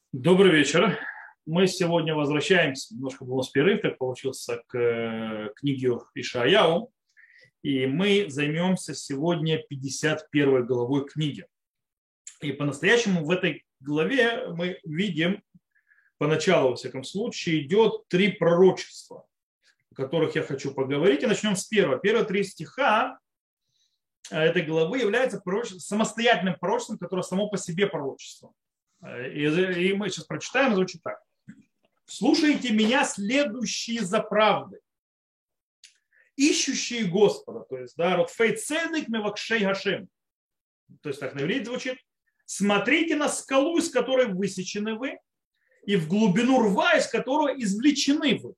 Добрый вечер. Мы сегодня возвращаемся, немножко был у нас перерыв, так получился, к книге Ишаяу, и мы займемся сегодня 51 главой книги. И по-настоящему в этой главе мы видим, поначалу, во всяком случае, идет три пророчества, о которых я хочу поговорить. И начнем с первого. Первые три стиха этой главы являются самостоятельным пророчеством, которое само по себе пророчество. И мы сейчас прочитаем, звучит так. Слушайте меня, следующие за правдой, ищущие Господа, то есть, да, ротфей цедек мевакшей гашем, то есть так на иврите звучит, смотрите на скалу, из которой высечены вы, и в глубину рва, из которого извлечены вы.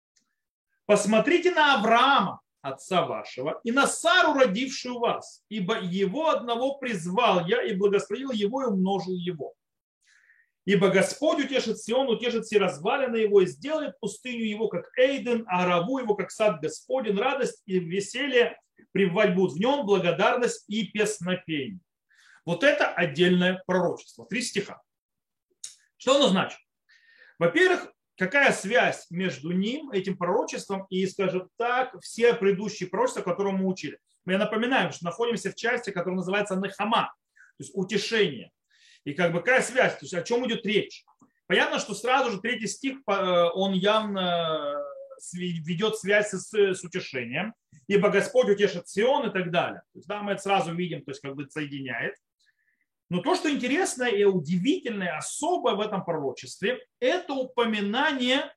Посмотрите на Авраама, отца вашего, и на Сару, родившую вас, ибо его одного призвал я, и благословил его, и умножил его. Ибо Господь утешит Сион, утешит все развалины его и сделает пустыню его, как Эйден, а Араву его, как сад Господень, радость и веселье пребывать будут в нем, благодарность и песнопение. Вот это отдельное пророчество. 3 стиха. Что оно значит? Во-первых, какая связь между ним, этим пророчеством, и, скажем так, все предыдущие пророчества, которые мы учили? Мы напоминаем, что находимся в части, которая называется Нехама, то есть утешение. И как бы какая связь, то есть о чем идет речь? Понятно, что сразу же 3 стих, он явно ведет связь с утешением, ибо Господь утешит Сион и так далее. То есть, да, мы это сразу видим, то есть как бы соединяет. Но то, что интересное и удивительное, особое в этом пророчестве, это упоминание,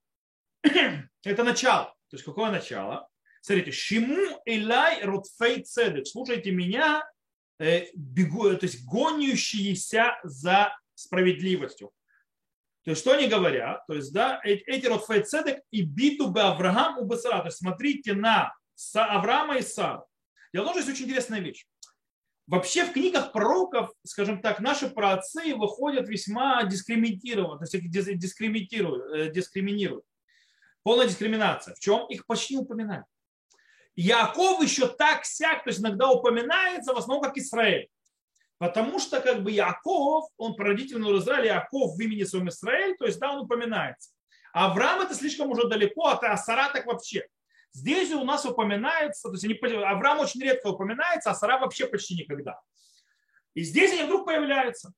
это начало. То есть какое начало? Смотрите, «Шиму элай ротфей цедек», слушайте меня, то есть гонящиеся за справедливостью. То есть что они говорят? То есть, да, эти ротфей цедек и биту бы Авраам у Бесара. То есть смотрите на Авраама и Сару. Дело в том, что есть очень интересная вещь. Вообще в книгах пророков, скажем так, наши праотцы выходят весьма дискриминируют, то есть дискриминируют. Полная дискриминация. В чем? Их почти не упоминают. Яков еще так-сяк, то есть иногда упоминается в основном как Израиль. Потому что как бы Яков, он прародитель Израиля, Яков в имени своем Израиль, то есть да, он упоминается. А Авраам это слишком уже далеко, а Сара так вообще. Здесь у нас упоминается, то есть Авраам очень редко упоминается, а Сара вообще почти никогда. И здесь они вдруг появляются.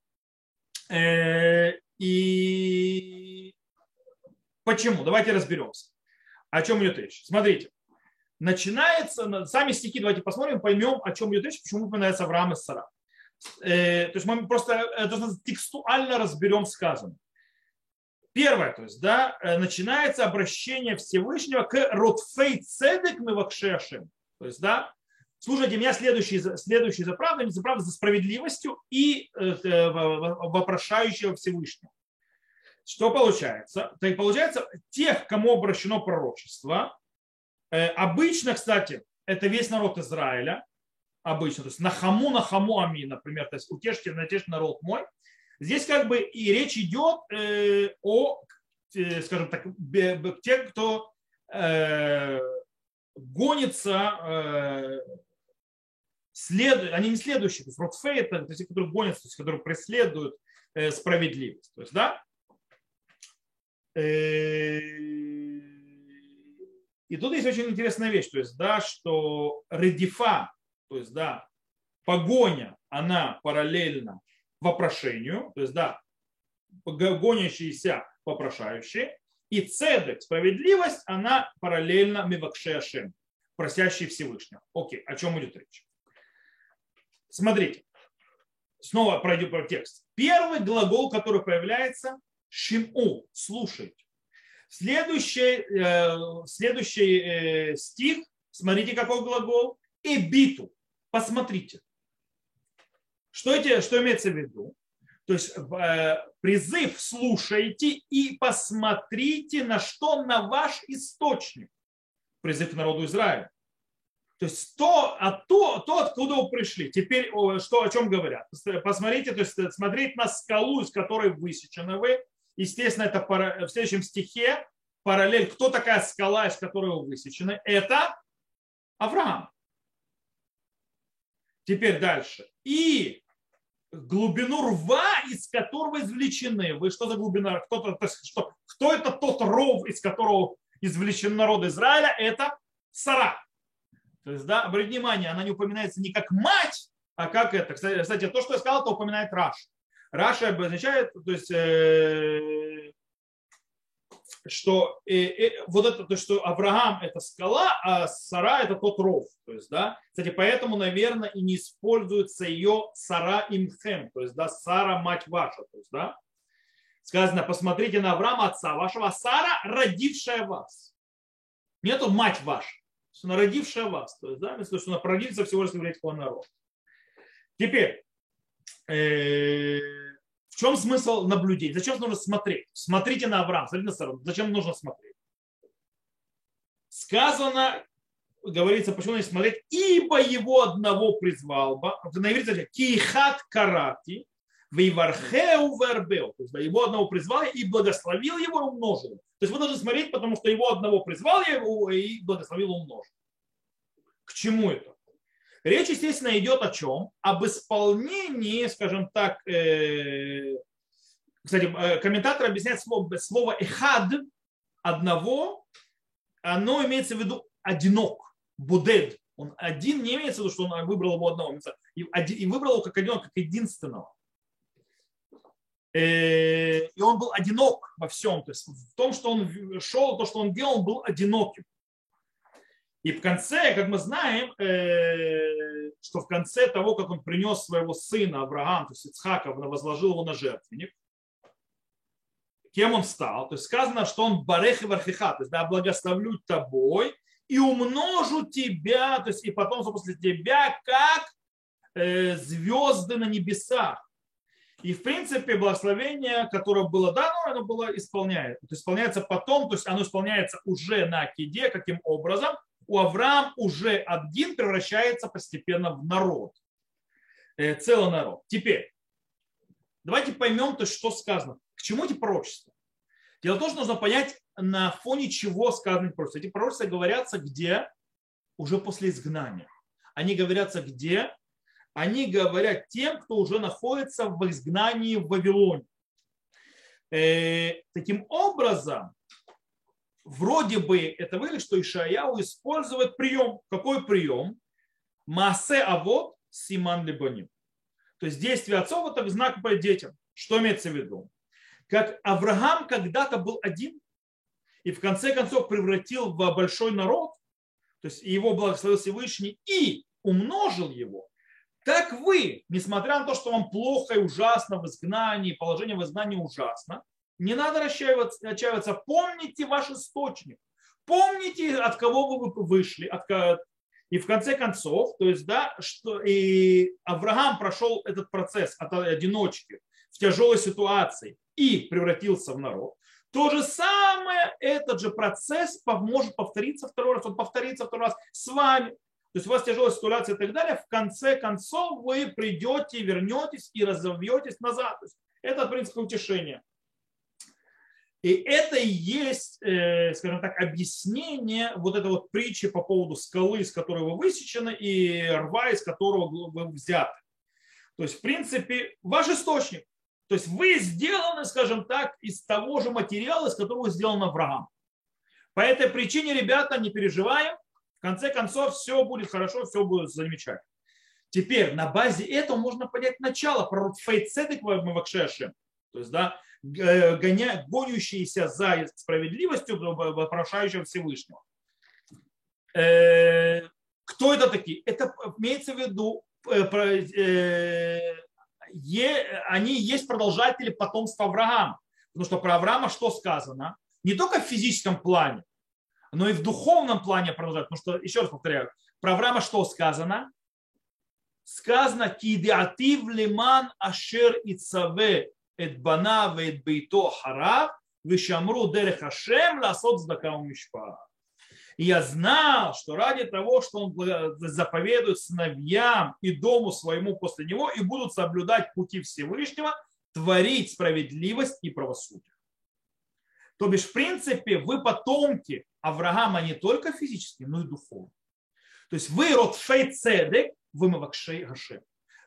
И почему? Давайте разберемся. О чем идет речь. Смотрите. Начинается, сами стихи, давайте посмотрим, поймем, о чем идет речь, почему упоминается Авраам и Сара. То есть мы просто текстуально разберем сказанное. Первое, то есть, да, начинается обращение Всевышнего к Ротфей Цедек Мевакшей Ашем. То есть, да, слушайте меня, следующий за правдой, за правдой, за справедливостью и вопрошающего Всевышнего. Что получается? То есть, получается, тех, кому обращено пророчество, обычно, кстати, это весь народ Израиля, обычно, то есть нахаму ами, например, то есть утешьте народ мой. Здесь как бы и речь идет о, скажем так, тех, кто гонится, они не следующие, то есть ротфей, это те, которые гонятся, то есть которые преследуют справедливость. То есть, да, и тут есть очень интересная вещь, то есть, да, что редифа, то есть, да, погоня, она параллельна вопрошению, то есть, да, гонящиеся вопрошающие, и цедек, справедливость, она параллельна мивакшей Ашем, просящий Всевышнего. Окей, о чем идет речь? Смотрите, снова пройдем по тексту. Первый глагол, который появляется, шиму, слушайте. Следующий стих, смотрите, какой глагол, эбиту, посмотрите. Что имеется в виду? То есть призыв слушайте и посмотрите, на что на ваш источник. Призыв к народу Израиля. То есть то, откуда вы пришли. Теперь что, о чем говорят? Посмотрите, то есть смотреть на скалу, из которой высечены вы. Естественно, это в следующем стихе параллель. Кто такая скала, из которой вы высечены? Это Авраам. Теперь дальше. И глубину рва, из которого извлечены. Вы что за глубина? Кто это тот ров, из которого извлечен народ Израиля? Это Сара. То есть, да, обратите внимание, она не упоминается не как мать, а как это. Кстати, то, что я сказал, это упоминает Раш. Раш обозначает, то есть, что вот это, то есть, что Авраам это скала, а Сара это тот ров. То есть, да, кстати, поэтому, наверное, и не используется ее Сара имхем, то есть, да, Сара мать ваша. То есть, да, сказано, посмотрите на Авраама, отца вашего, а Сара, родившая вас. Нету мать ваша, она родившая вас. То есть, да, вместо того, что она породится всего лишь еврейского народа. Теперь, в чем смысл наблюдения? Зачем нужно смотреть? Смотрите на Авраама, смотрите на Сару. Зачем нужно смотреть? Сказано, говорится, почему нужно смотреть, ибо его одного призвал. На иврите кихат карати, вейвархеу вербеу. То есть да, его одного призвал и благословил его и умножил. То есть вы должны смотреть, потому что его одного призвал его и благословил и умножил. К чему это? Речь, естественно, идет о чем? Об исполнении, скажем так, кстати, комментатор объясняет слово «эхад» одного, оно имеется в виду одинок, будед. Он один не имеется в виду, что он выбрал его одного, и выбрал его как одинок, как единственного. И он был одинок во всем. То есть в том, что он шел, то, что он делал, он был одиноким. И в конце, как мы знаем, что в конце того, как он принес своего сына Авраама, то есть Ицхака, возложил его на жертвенник, кем он стал? То есть сказано, что он барех и вархиха, то есть да, благословлю тобой и умножу тебя, то есть и потомство после тебя, как звезды на небесах. И в принципе благословение, которое было дано, оно было исполняется потом, то есть оно исполняется уже на Акиде, каким образом? У Авраама уже один превращается постепенно в народ, целый народ. Теперь, давайте поймем, то есть, что сказано. К чему эти пророчества? Дело в том, что нужно понять, на фоне чего сказаны эти пророчества. Эти пророчества говорятся где? Уже после изгнания. Они говорятся где? Они говорят тем, кто уже находится в изгнании в Вавилоне. Таким образом, вроде бы это выглядит, что Ишаяу использует прием. Какой прием? Маасе авот симан либоним. То есть действие отцов это знак по детям. Что имеется в виду? Как Авраам когда-то был один и в конце концов превратил в большой народ, то есть его благословил Всевышний и умножил его, так вы, несмотря на то, что вам плохо и ужасно в изгнании, положение в изгнании ужасно, не надо отчаиваться. Помните ваш источник. Помните, от кого вы вышли. И в конце концов, то есть, да, что и Авраам прошел этот процесс от одиночки в тяжелой ситуации и превратился в народ. То же самое, этот же процесс может повториться второй раз. Он повторится второй раз с вами. То есть у вас тяжелая ситуация и так далее. В конце концов вы придете, вернетесь и разовьетесь назад. То есть это, в принципе, утешение. И это и есть, скажем так, объяснение вот этой вот притчи по поводу скалы, из которой вы высечены, и рва, из которого вы взяты. То есть, в принципе, ваш источник. То есть вы сделаны, скажем так, из того же материала, из которого сделан Авраам. По этой причине, ребята, не переживаем. В конце концов, все будет хорошо, все будет замечательно. Теперь, на базе этого можно понять начало. Пророк Фейцедек Мавакшешем. То есть, да, гонящиеся за справедливостью, вопрошающим Всевышнего. Кто это такие? Это имеется в виду, они есть продолжатели потомства Авраама. Потому что про Авраама что сказано? Не только в физическом плане, но и в духовном плане продолжать. Потому что, еще раз повторяю, про Авраама что сказано? Сказано «Кидиатив лиман ашер ицаве эт бана вэт бейто харав вишамру дерех Хашем ласот цдака умишпа». И я знал, что ради того, что он заповедует сыновьям и дому своему после него, и будут соблюдать пути Всевышнего, творить справедливость и правосудие. То бишь, в принципе, вы потомки Авраама не только физически, но и духовно. То есть вы род Фей Цедек, вы Мавакшей Гашем.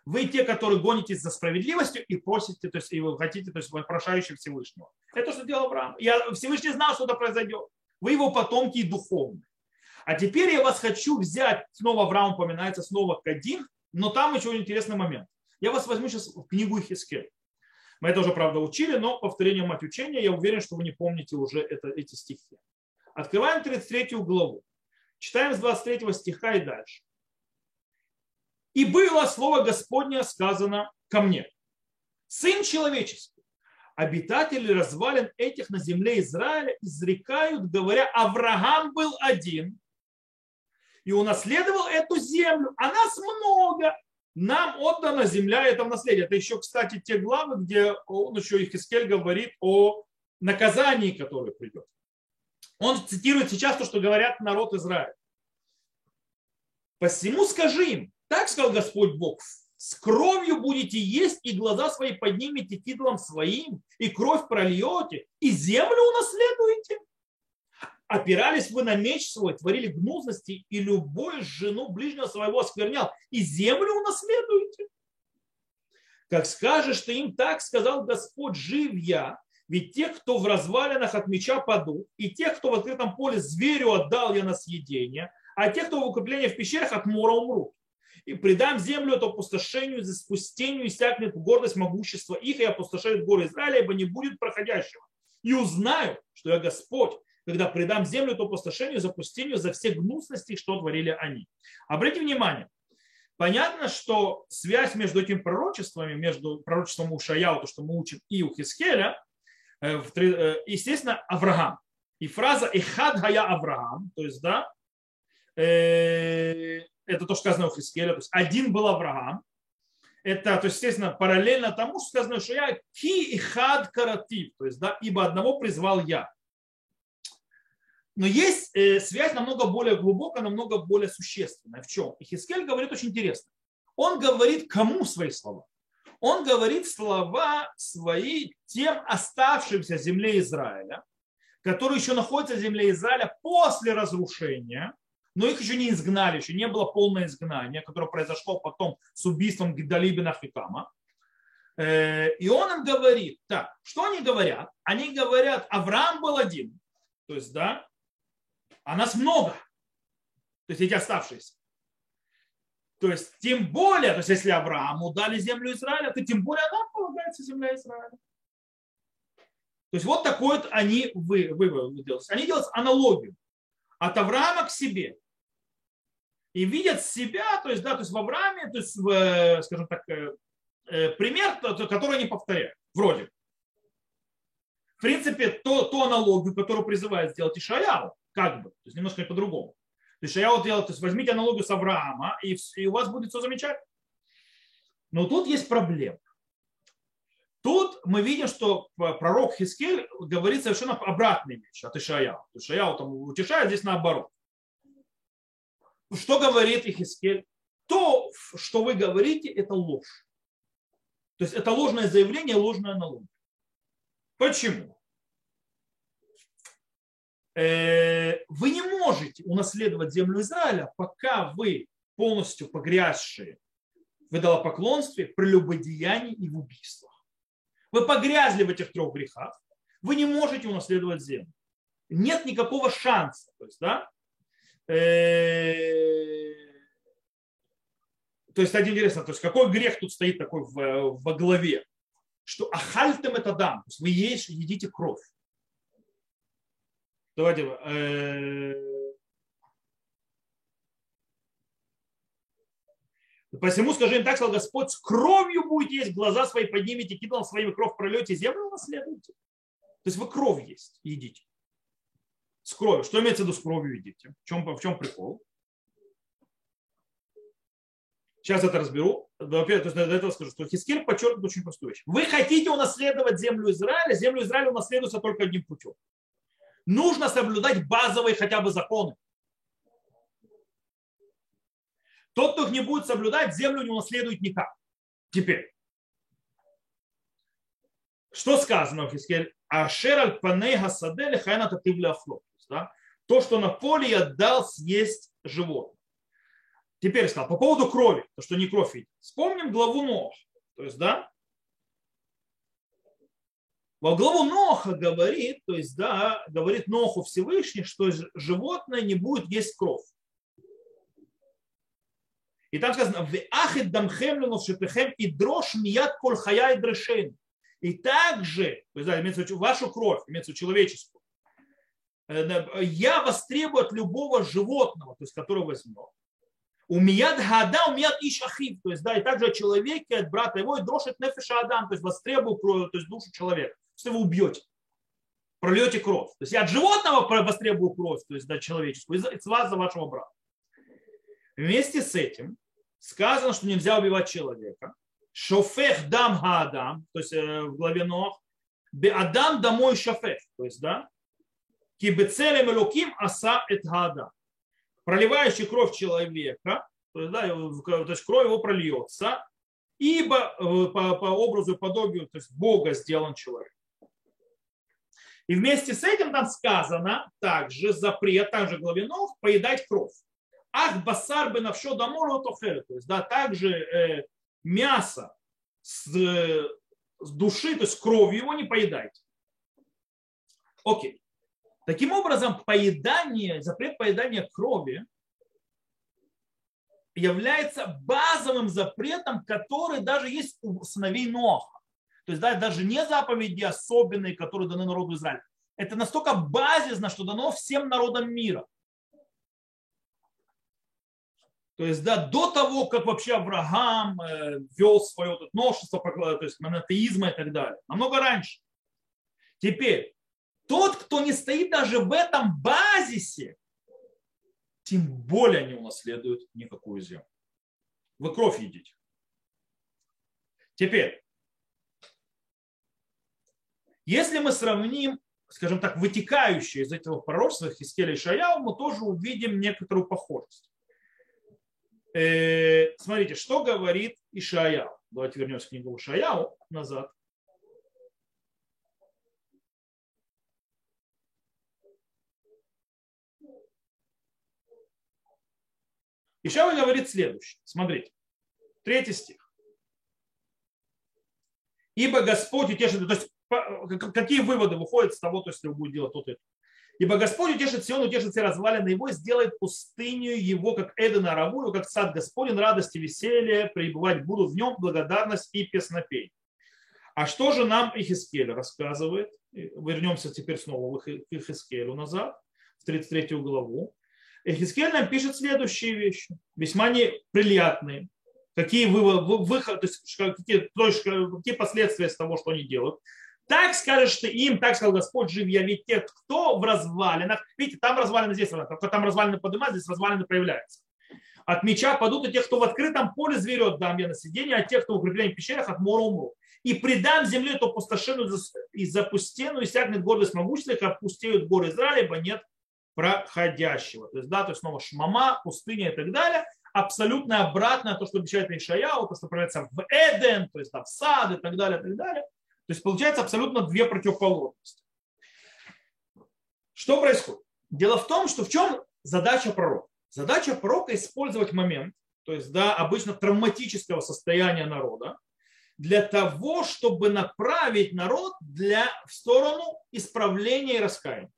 Вы те, которые гонитесь за справедливостью и просите, то есть и вы хотите, то есть вопрошающие Всевышнего. Это то, что делал Авраам. Всевышний знал, что это произойдет. Вы его потомки и духовные. А теперь я вас хочу взять, снова Авраам упоминается, снова Кадин, но там еще интересный момент. Я вас возьму сейчас в книгу Ихискель. Мы это уже, правда, учили, но повторением мать учения, я уверен, что вы не помните уже эти стихи. Открываем 33 главу. Читаем с 23 стиха и дальше. «И было слово Господне сказано ко мне, Сын человеческий, обитатели развалин этих на земле Израиля изрекают, говоря, Авраам был один и унаследовал эту землю, а нас много, нам отдана земля это в наследие». Это еще, кстати, те главы, где он еще Ихискель говорит о наказании, которое придет. Он цитирует сейчас то, что говорят народ Израиля. «Посему скажи им, так сказал Господь Бог, с кровью будете есть, и глаза свои поднимете к идолам своим, и кровь прольете, и землю унаследуете. Опирались вы на меч свой, творили гнусности, и любой жену ближнего своего осквернял, и землю унаследуете. Как скажешь ты им, так сказал Господь, жив я, ведь тех, кто в развалинах от меча падут, и тех, кто в открытом поле зверю отдал я на съедение, а тех, кто в укреплении в пещерах от мора умрут. И предам землю от опустошению, за спустению, иссякнет гордость могущества их, и опустошает горы Израиля, ибо не будет проходящего. И узнаю, что я Господь, когда предам землю от опустошению, запустению, за все гнусности, что творили они». Обратите внимание, понятно, что связь между этими пророчествами, между пророчеством Ушаяу, то, что мы учим, и у Хискеля, естественно, Авраам. И фраза «Эхад хая Авраам», то есть, да, это то, что сказано у Хискеля, то есть один был Авраам. Это, то есть, естественно, параллельно тому, что сказано, что я ки и хад каратив, то есть, да, ибо одного призвал я. Но есть связь намного более глубокая, намного более существенная. В чем? И Хискель говорит очень интересно. Он говорит кому свои слова? Он говорит слова свои тем оставшимся в земле Израиля, которые еще находятся в земле Израиля после разрушения, но их еще не изгнали, еще не было полное изгнание, которое произошло потом с убийством Гидали бен Ахикама. И он им говорит, так, что они говорят? Они говорят, Авраам был один, то есть, да, а нас много, то есть эти оставшиеся. То есть, тем более, то есть, если Аврааму дали землю Израиля, то тем более нам полагается земля Израиля. То есть, вот такой вот они вывод делают. Они делают аналогию от Авраама к себе. И видят себя, то есть, да, то есть в Аврааме, то есть, скажем так, пример, который они повторяют. Вроде. В принципе, ту аналогию, которую призывает сделать Ишаяу, как бы, то есть немножко по-другому. То есть Ишаяу делает, то есть возьмите аналогию с Авраама, и у вас будет все замечательно. Но тут есть проблема. Тут мы видим, что пророк Хискель говорит совершенно обратные вещи от Ишаяу. Ишаяу там утешает, здесь наоборот. Что говорит Хискель? То, что вы говорите, это ложь. То есть это ложное заявление, ложная аналогия. Почему? Вы не можете унаследовать землю Израиля, пока вы полностью погрязшие в идолопоклонстве, прелюбодеянии и в убийствах. Вы погрязли в этих трех грехах, вы не можете унаследовать землю. Нет никакого шанса. То есть, да? То есть, это интересно, то есть, какой грех тут стоит такой во главе? Что ахальтем это дам, то есть вы едите кровь. Давайте. Посему скажи им так, сказал Господь, с кровью будете есть, глаза свои поднимите, кидалом своими кровь прольете, землю унаследуете. То есть вы кровь есть, едите. С кровью. Что имеется в виду с кровью едите? В чем прикол? Сейчас это разберу. Во-первых, то есть до этого скажу, что Хискель подчеркивает очень простую вещь. Вы хотите унаследовать землю Израиля унаследуется только одним путем. Нужно соблюдать базовые хотя бы законы. Тот, кто их не будет соблюдать, землю не унаследует никак. Теперь. Что сказано в Хискель? Ашер аль паней хасаде лехайна татив леафло. То, что на поле я дал съесть животное. Теперь сказал, по поводу крови, то, что не кровь видит. Вспомним главу Ноха. То есть, да, во главу Ноха говорит, то есть, да, говорит Ноху Всевышний, что животное не будет есть кровь. И там сказано, «Веахид дамхем леновшитехем и дрожь мияд коль хая и дрешен». И также, то есть, да, имеется в виду вашу кровь, имеется в виду человеческую, я востребую от любого животного, то есть, которое возьмет. У мияд гада, у мияд иш ахив, то есть, да, и также от человека, от брата его, и дрожь от нефеша адам, то есть, востребую кровь, то есть, душу человека. То есть, вы убьете, прольете кровь. То есть, я от животного востребую кровь, то есть, да, человеческую, из вас за вашего брата. Вместе с этим сказано, что нельзя убивать человека. Шофех дам хаадам, то есть в главе Нох, бе адам домой шофех, то есть, да, кибецелем элоким аса эт хаадам. Проливающий кровь человека, то есть, да, то есть кровь его прольется, ибо по образу и подобию, то есть Бога сделан человек. И вместе с этим там сказано также запрет, также в главе Нох, поедать кровь. Ах, басар бы навшо домору тохель. То есть, да, также мясо с души, то есть кровью его не поедайте. Окей. Таким образом, запрет поедания крови является базовым запретом, который даже есть у сыновей Ноха. То есть, да, даже не заповеди особенные, которые даны народу Израиля. Это настолько базисно, что дано всем народам мира. То есть, да, до того, как вообще Авраам вел свое новшество, то есть монотеизма и так далее. Намного раньше. Теперь, тот, кто не стоит даже в этом базисе, тем более не унаследует никакую землю. Вы кровь едите. Теперь, если мы сравним, скажем так, вытекающие из этого пророчества Хискеля и Ишаяу, мы тоже увидим некоторую похожесть. Смотрите, что говорит Ишаяу. Давайте вернемся к книгу Ишаяу назад. Ишаяу говорит следующее. Смотрите, 3 стих. Ибо Господь утешит, то есть какие выводы выходят из того, то есть, если будет делать то-то. Ибо Господь утешит Сион, утешит все развалины его, сделает пустыню его, как Эден Аравую, как сад Господень, радость и веселье, пребывать будут в нем благодарность и песнопение. А что же нам Ихискель рассказывает? Вернемся теперь снова к Ихискелю назад, в 33 главу. Ихискель нам пишет следующие вещи, весьма неприятные. Какие выходы, какие последствия из того, что они делают. Так скажешь ты им, так сказал Господь, жив я, ведь тех, кто в развалинах, видите, там развалины, здесь развалины, там развалины поднимаются, здесь развалины проявляются. От меча падут, и тех, кто в открытом поле зверет, дам я на сиденье, а тех, кто в укрепленных пещерах, от мора умрут. И предам земле эту пустошенную и запустенную, и сягнет гордость могущества, как опустеют горы Израиля, ибо нет проходящего. То есть, да, то есть снова шмама, пустыня и так далее. Абсолютно обратное то, что обещает Ишаяу, то, что проявляется в Эден, то есть да, в сад и так далее, и так далее. То есть получается абсолютно две противоположности. Что происходит? Дело в том, что в чем задача пророка? Задача пророка использовать момент, то есть да, обычно травматического состояния народа, для того, чтобы направить народ в сторону исправления и раскаяния.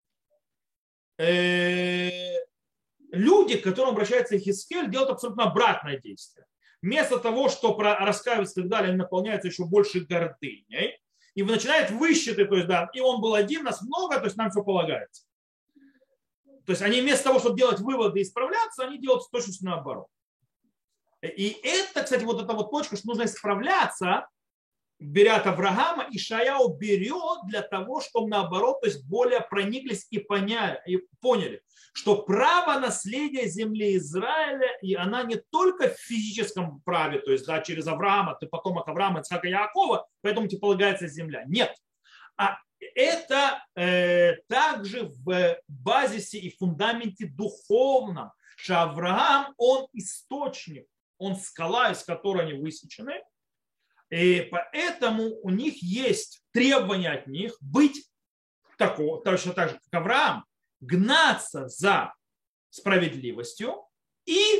Люди, к которым обращается Ихискель, делают абсолютно обратное действие. Вместо того, чтобы раскаиваться и так далее, они наполняются еще больше гордыней. И начинает высчитать, то есть, да, и он был один, нас много, то есть нам все полагается. То есть они вместо того, чтобы делать выводы и исправляться, они делают точно наоборот. И это, кстати, вот эта вот точка, что нужно исправляться, беря от Авраама, Ишаяу берет для того, чтобы наоборот, то есть более прониклись и поняли, что право наследия земли Израиля, и она не только в физическом праве, то есть да, через Авраама, ты потомок Авраама, Ицхака и Яакова, поэтому тебе полагается земля. Нет. А это также в базисе и фундаменте духовном, что Авраам, он источник, он скала, из которой они высечены. И поэтому у них есть требования от них быть точно так же, как Авраам, гнаться за справедливостью и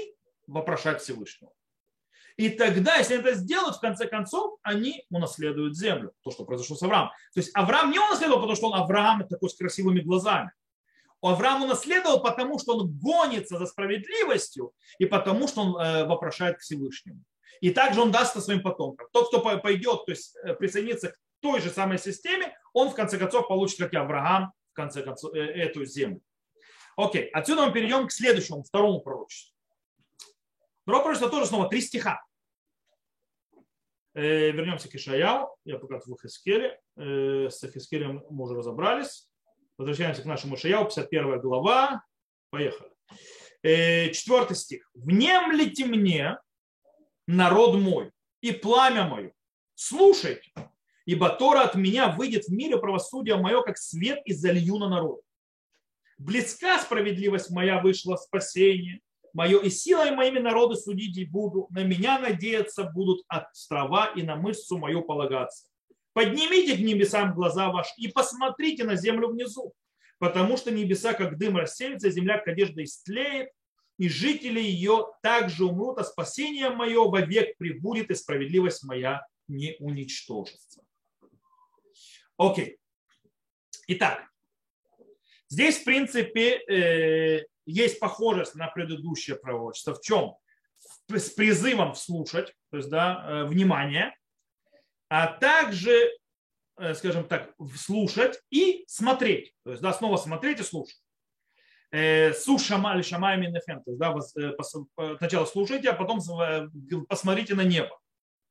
вопрошать Всевышнего. И тогда, если они это сделают, в конце концов, они унаследуют землю. То, что произошло с Авраамом. То есть Авраам не унаследовал, потому что он Авраам такой с красивыми глазами. Авраам унаследовал, потому что он гонится за справедливостью и потому что он вопрошает к Всевышнему. И также он даст это своим потомкам. Тот, кто пойдет, то есть присоединится к той же самой системе, он в конце концов получит, как и Авраам, в конце концов, эту землю. Окей, отсюда мы перейдем к следующему, второму пророчеству. Второе пророчество тоже снова 3 стиха. Вернемся к Ишаяу. Я пока в Хескеле. С Хескелем мы уже разобрались. Возвращаемся к нашему Ишаяу, 51 глава. Поехали. 4 стих. «Внемлите мне, народ мой, и пламя мое, слушайте, ибо Тора от меня выйдет в мире правосудие мое, как свет, и залью на народ. Близка справедливость моя, вышла спасение мое, и силой моими народы судить и буду. На меня надеяться будут от острова, и на мышцу мою полагаться. Поднимите к небесам глаза ваши и посмотрите на землю внизу, потому что небеса, как дым, рассеются, земля, как одежда, истлеет, и жители ее также умрут, а спасение мое вовек прибудет, и справедливость моя не уничтожится». Окей. Итак, здесь, в принципе, есть похожесть на предыдущее пророчество. В чем? С призывом слушать, то есть, да, внимание, а также, скажем так, слушать и смотреть. То есть, да, снова смотреть и слушать. Сушама или шамай минефем. То есть, да, сначала слушайте, а потом посмотрите на небо.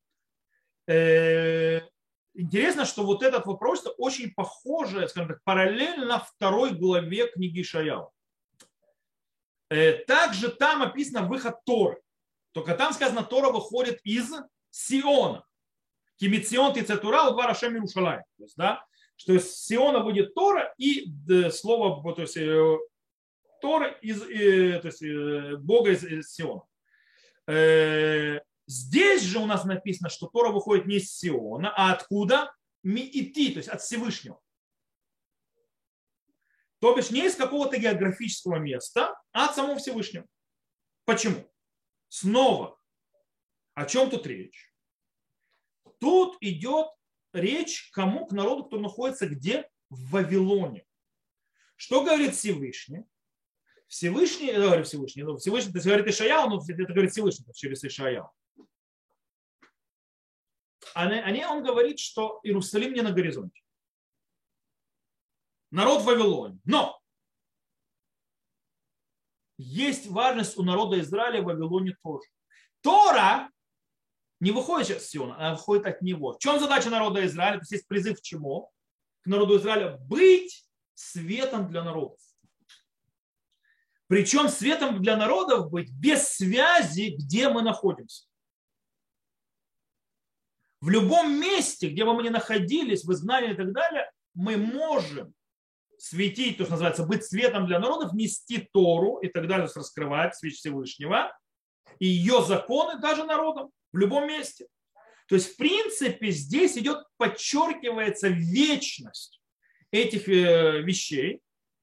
Интересно, что вот этот вопрос очень похоже, скажем так, параллельно второй главе книги Ишаяу. Также там описано выход Торы. Только там сказано, Тора выходит из Сиона. Кимицион тицетура удвар Ашем Иерушалаим. То есть, да, что из Сиона будет Тора и слово, то есть, Тора из, то есть, Бога из Сиона. Здесь же у нас написано, что Тора выходит не из Сиона, а откуда? Миити, то есть от Всевышнего. То бишь не из какого-то географического места, а от самого Всевышнего. Почему? Снова, о чем тут речь? Тут идет речь кому? К народу, кто находится где? В Вавилоне. Что говорит Всевышний? Всевышний, я говорю Всевышний, ну, Всевышний, то есть говорит Ишаяу, но это говорит Всевышний через Ишаяу. Он говорит, что Иерусалим не на горизонте. Народ в Вавилоне. Но есть важность у народа Израиля в Вавилоне тоже. Тора не выходит сейчас с Сиона, она выходит от него. В чем задача народа Израиля? То есть есть призыв к чему? К народу Израиля быть светом для народов. Причем светом для народов быть без связи, где мы находимся. В любом месте, где бы мы ни находились, в изгнании и так далее, мы можем светить, то, что называется, быть светом для народов, нести Тору и так далее, то есть раскрывать свет Всевышнего и ее законы даже народам в любом месте. То есть, в принципе, здесь идет, подчеркивается вечность этих вещей.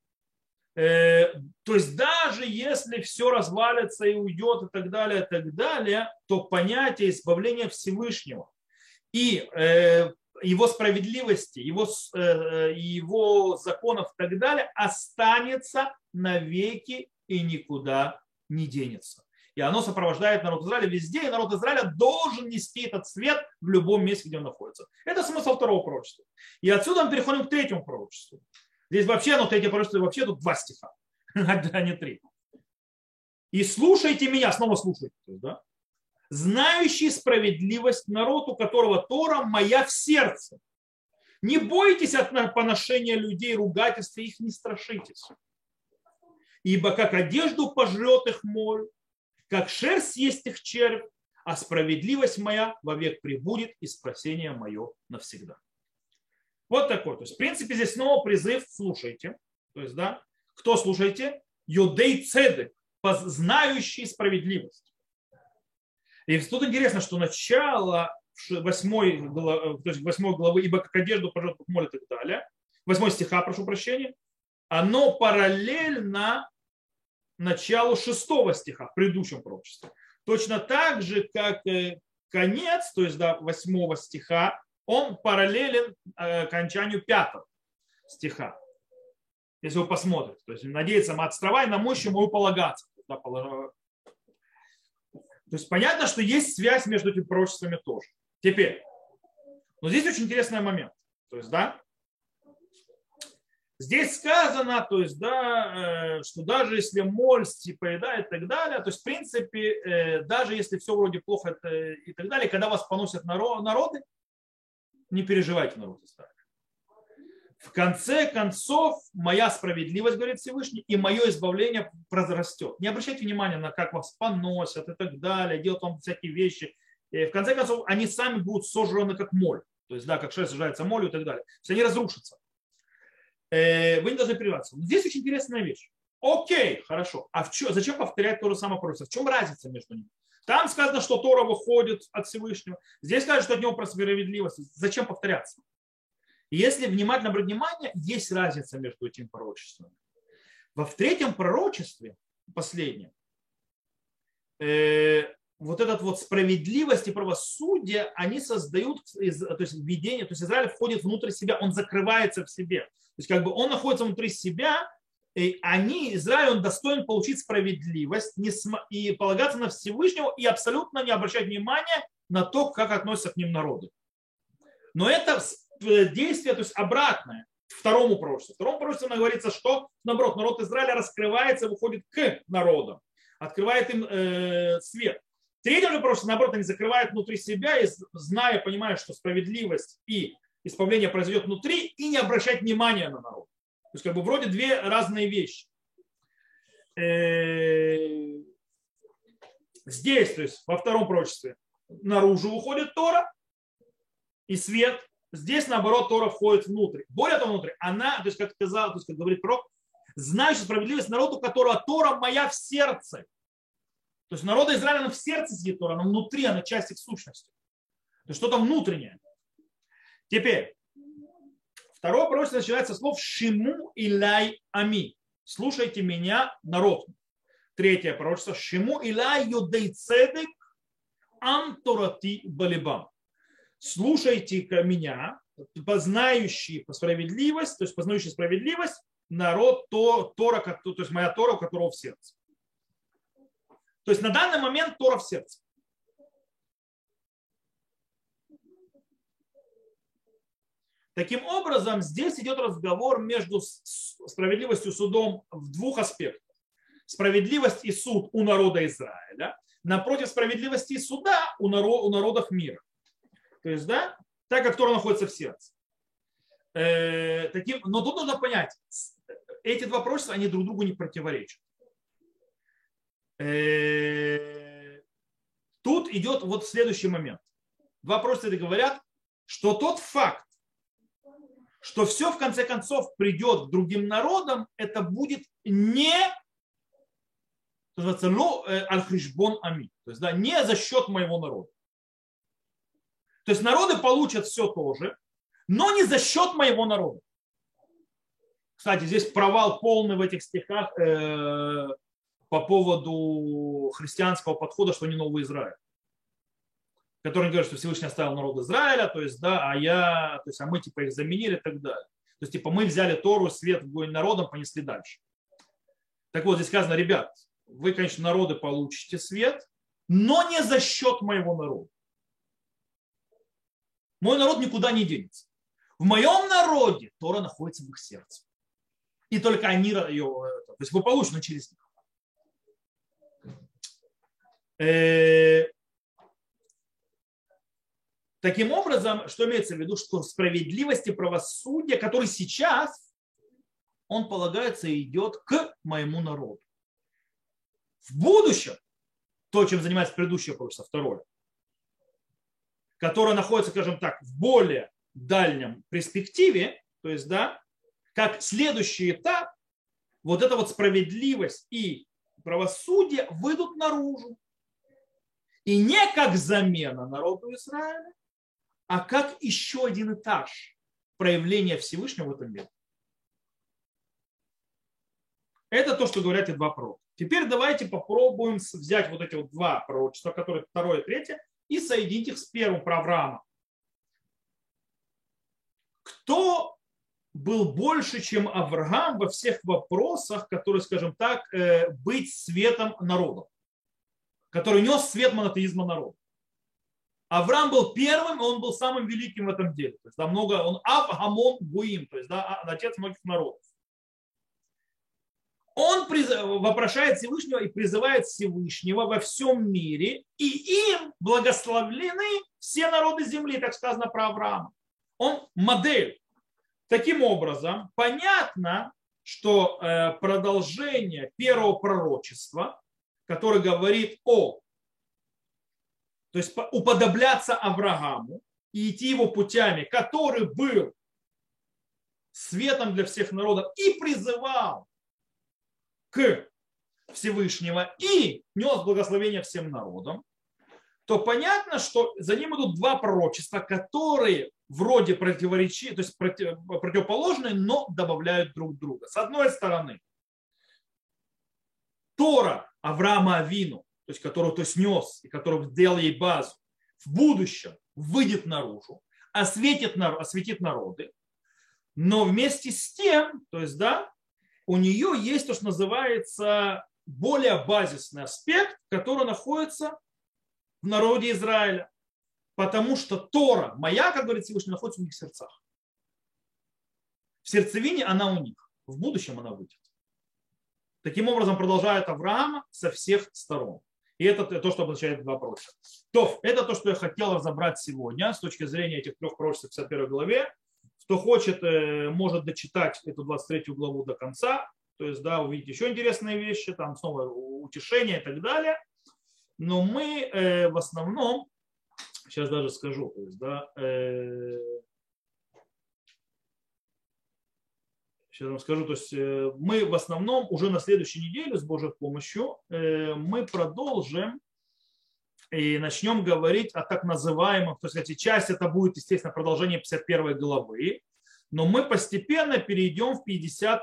То есть даже если все развалится и уйдет и так далее, то понятие избавления Всевышнего и его справедливости, его законов и так далее останется навеки и никуда не денется. И оно сопровождает народ Израиля везде, и народ Израиля должен нести этот свет в любом месте, где он находится. Это смысл второго пророчества. И отсюда мы переходим к третьему пророчеству. Здесь вообще, третье пророчество, вообще тут 2 стиха, а не 3. «И слушайте меня», снова слушайте, да? «Знающий справедливость народ, у которого Тора моя в сердце. Не бойтесь от поношения людей, ругательства, их не страшитесь. Ибо как одежду пожрет их моль, как шерсть съест их червь, а справедливость моя вовек пребудет, и спасение мое навсегда». Вот такой. То есть, в принципе, здесь снова призыв «слушайте». То есть, да, кто слушайте? Юдей цедек, знающий справедливость. И тут интересно, что начало 8 главы, ибо как одежду пожрет моль и так далее, 8 стиха, прошу прощения, оно параллельно началу 6 стиха в предыдущем пророчестве. точно так же, как конец, то есть до 8 стиха, он параллелен окончанию 5 стиха. Если вы посмотрите. То есть надеяться от острова и на мощь мою полагаться. То есть понятно, что есть связь между этими пророчествами тоже. Теперь, но здесь очень интересный момент. То есть, да, здесь сказано, то есть, да, что даже если моль поедает и так далее, то есть, в принципе, даже если все вроде плохо и так далее, когда вас поносят народы, не переживайте, народ Израиля. В конце концов, моя справедливость, говорит Всевышний, и мое избавление разрастет. Не обращайте внимания на как вас поносят и так далее, делают вам всякие вещи. И в конце концов, они сами будут сожраны как моль. То есть, да, как шерсть сжигается молью и так далее. То есть они разрушатся. Вы не должны прерываться. Здесь очень интересная вещь. Окей, хорошо. А зачем повторять то же самое пророчество? В чем разница между ними? Там сказано, что Тора выходит от Всевышнего. Здесь сказано, что от него про справедливость. Зачем повторяться? Если внимательно брать внимание, есть разница между этими пророчествами. В третьем пророчестве, последнем, вот этот вот справедливость и правосудие, они создают, то есть видение, то есть Израиль входит внутрь себя, он закрывается в себе. То есть как бы он находится внутри себя, и Израиль, он достоин получить справедливость и полагаться на Всевышнего и абсолютно не обращать внимания на то, как относятся к ним народы. Но это действие, то есть обратное второму пророчеству. В втором пророчестве говорится, что наоборот, народ Израиля раскрывается, выходит к народам, открывает им свет. В третьем же пророчестве, наоборот, они закрывают внутри себя, и, зная, понимая, что справедливость и исправление произойдет внутри, и не обращать внимания на народ. То есть как бы вроде две разные вещи. Здесь, то есть во втором пророчестве, наружу уходит Тора и свет. Здесь, наоборот, Тора входит внутрь. Более того, внутрь, она, то есть, как сказал, то есть, как говорит пророк, знающий справедливость народу, которого Тора моя в сердце. То есть народа Израиля, она в сердце сидит Тора, она внутри, она часть их сущности. То есть что-то внутреннее. Теперь, второе пророчество начинается со слов «Шиму илай ами». Слушайте меня, народ. Третье пророчество «Шиму илай юдей цедек ам торати балибам». Слушайте меня, познающий справедливость, то есть познающий справедливость, народ Тора, то есть моя Тора, у которого в сердце. То есть на данный момент Тора в сердце. Таким образом, здесь идет разговор между справедливостью и судом в двух аспектах. Справедливость и суд у народа Израиля, напротив справедливости и суда у народов мира. То есть, да, так как Тора находится в сердце. Но тут нужно понять, эти два пророчества, они друг другу не противоречат. Тут идет вот следующий момент. Два пророчества говорят, что тот факт, что все в конце концов придет к другим народам, это будет не аль-хришбон ами, то есть да, не за счет моего народа. То есть народы получат все тоже, но не за счет моего народа. Кстати, здесь провал полный в этих стихах по поводу христианского подхода, что они новый Израиль. Который говорит, что Всевышний оставил народ Израиля, то есть, да, а мы типа их заменили и так далее. То есть, типа, мы взяли Тору, свет народом, понесли дальше. Так вот, здесь сказано, ребят, вы, конечно, народы получите свет, но не за счет моего народа. Мой народ никуда не денется. В моем народе Тора находится в их сердце. И только они ее, то есть вы получите, но через них. Таким образом, что имеется в виду, что справедливость и правосудие, который сейчас, он полагается и идет к моему народу. В будущем, то, чем занимается предыдущее пророчество, второе, которое находится, скажем так, в более дальнем перспективе, то есть, да, как следующий этап, вот эта вот справедливость и правосудие выйдут наружу. И не как замена народу Израиля, а как еще один этаж проявления Всевышнего в этом мире. Это то, что говорят эти два пророка. Теперь давайте попробуем взять вот эти вот два пророчества, которые второе и третье, и соединить их с первым про Авраама. Кто был больше, чем Авраам во всех вопросах, которые, скажем так, быть светом народа, который нес свет монотеизма народа? Авраам был первым, и он был самым великим в этом деле. То есть, да, много, он Ав-Гамон Гуим, то есть да, отец многих народов. Он вопрошает Всевышнего и призывает Всевышнего во всем мире, и им благословлены все народы земли, так сказано про Авраама. Он модель. Таким образом, понятно, что продолжение первого пророчества, которое говорит то есть уподобляться Аврааму и идти его путями, который был светом для всех народов и призывал к Всевышнего и нес благословение всем народам, то понятно, что за ним идут два пророчества, которые вроде противоречивые, то есть противоположные, но добавляют друг друга. С одной стороны, Тора Авраама Авину, то есть которую нес и который сделал ей базу, в будущем выйдет наружу, осветит народы, но вместе с тем, то есть, да, у нее есть то, что называется более базисный аспект, который находится в народе Израиля. Потому что Тора, моя, как говорит Всевышний, находится у них в сердцах. В сердцевине она у них. В будущем она выйдет. Таким образом продолжает Авраама со всех сторон. И это то, что обозначает два пророчества. То, это то, что я хотел разобрать сегодня с точки зрения этих трех пророчеств в 51 главе. Кто хочет, может дочитать эту 23 главу до конца. То есть, да, увидеть еще интересные вещи, там снова утешение и так далее. Но мы в основном, сейчас даже скажу, то есть, да, сейчас вам скажу, то есть мы в основном уже на следующей неделе с Божьей помощью мы продолжим и начнем говорить о так называемых, то есть часть это будет, естественно, продолжение 51 главы, но мы постепенно перейдем в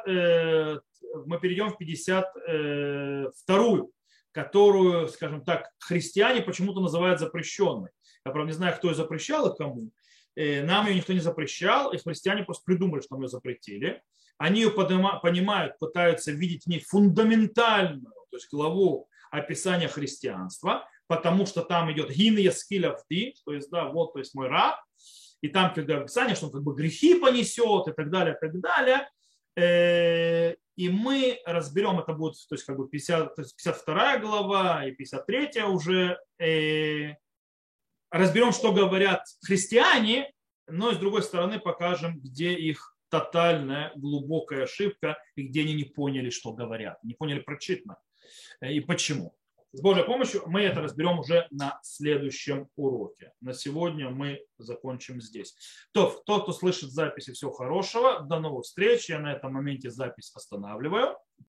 52, которую, скажем так, христиане почему-то называют запрещенной. Я, правда, не знаю, кто ее запрещал и кому. Нам ее никто не запрещал, и христиане просто придумали, что мы ее запретили. Они ее понимают, пытаются видеть в ней фундаментальную, то есть главу описания христианства, потому что там идет гин яскилявти, то есть, да, вот, то есть мой раб, и там когда описание, что он как бы грехи понесет и так далее, и так далее. И мы разберем, это будет, то есть, как бы 52 глава и 53 уже, разберем, что говорят христиане, но с другой стороны покажем, где их тотальная глубокая ошибка и где они не поняли, что говорят, не поняли прочитано и почему. С Божьей помощью мы это разберем уже на следующем уроке. На сегодня мы закончим здесь. Тот, кто слышит записи, всего хорошего. До новых встреч. Я на этом моменте запись останавливаю.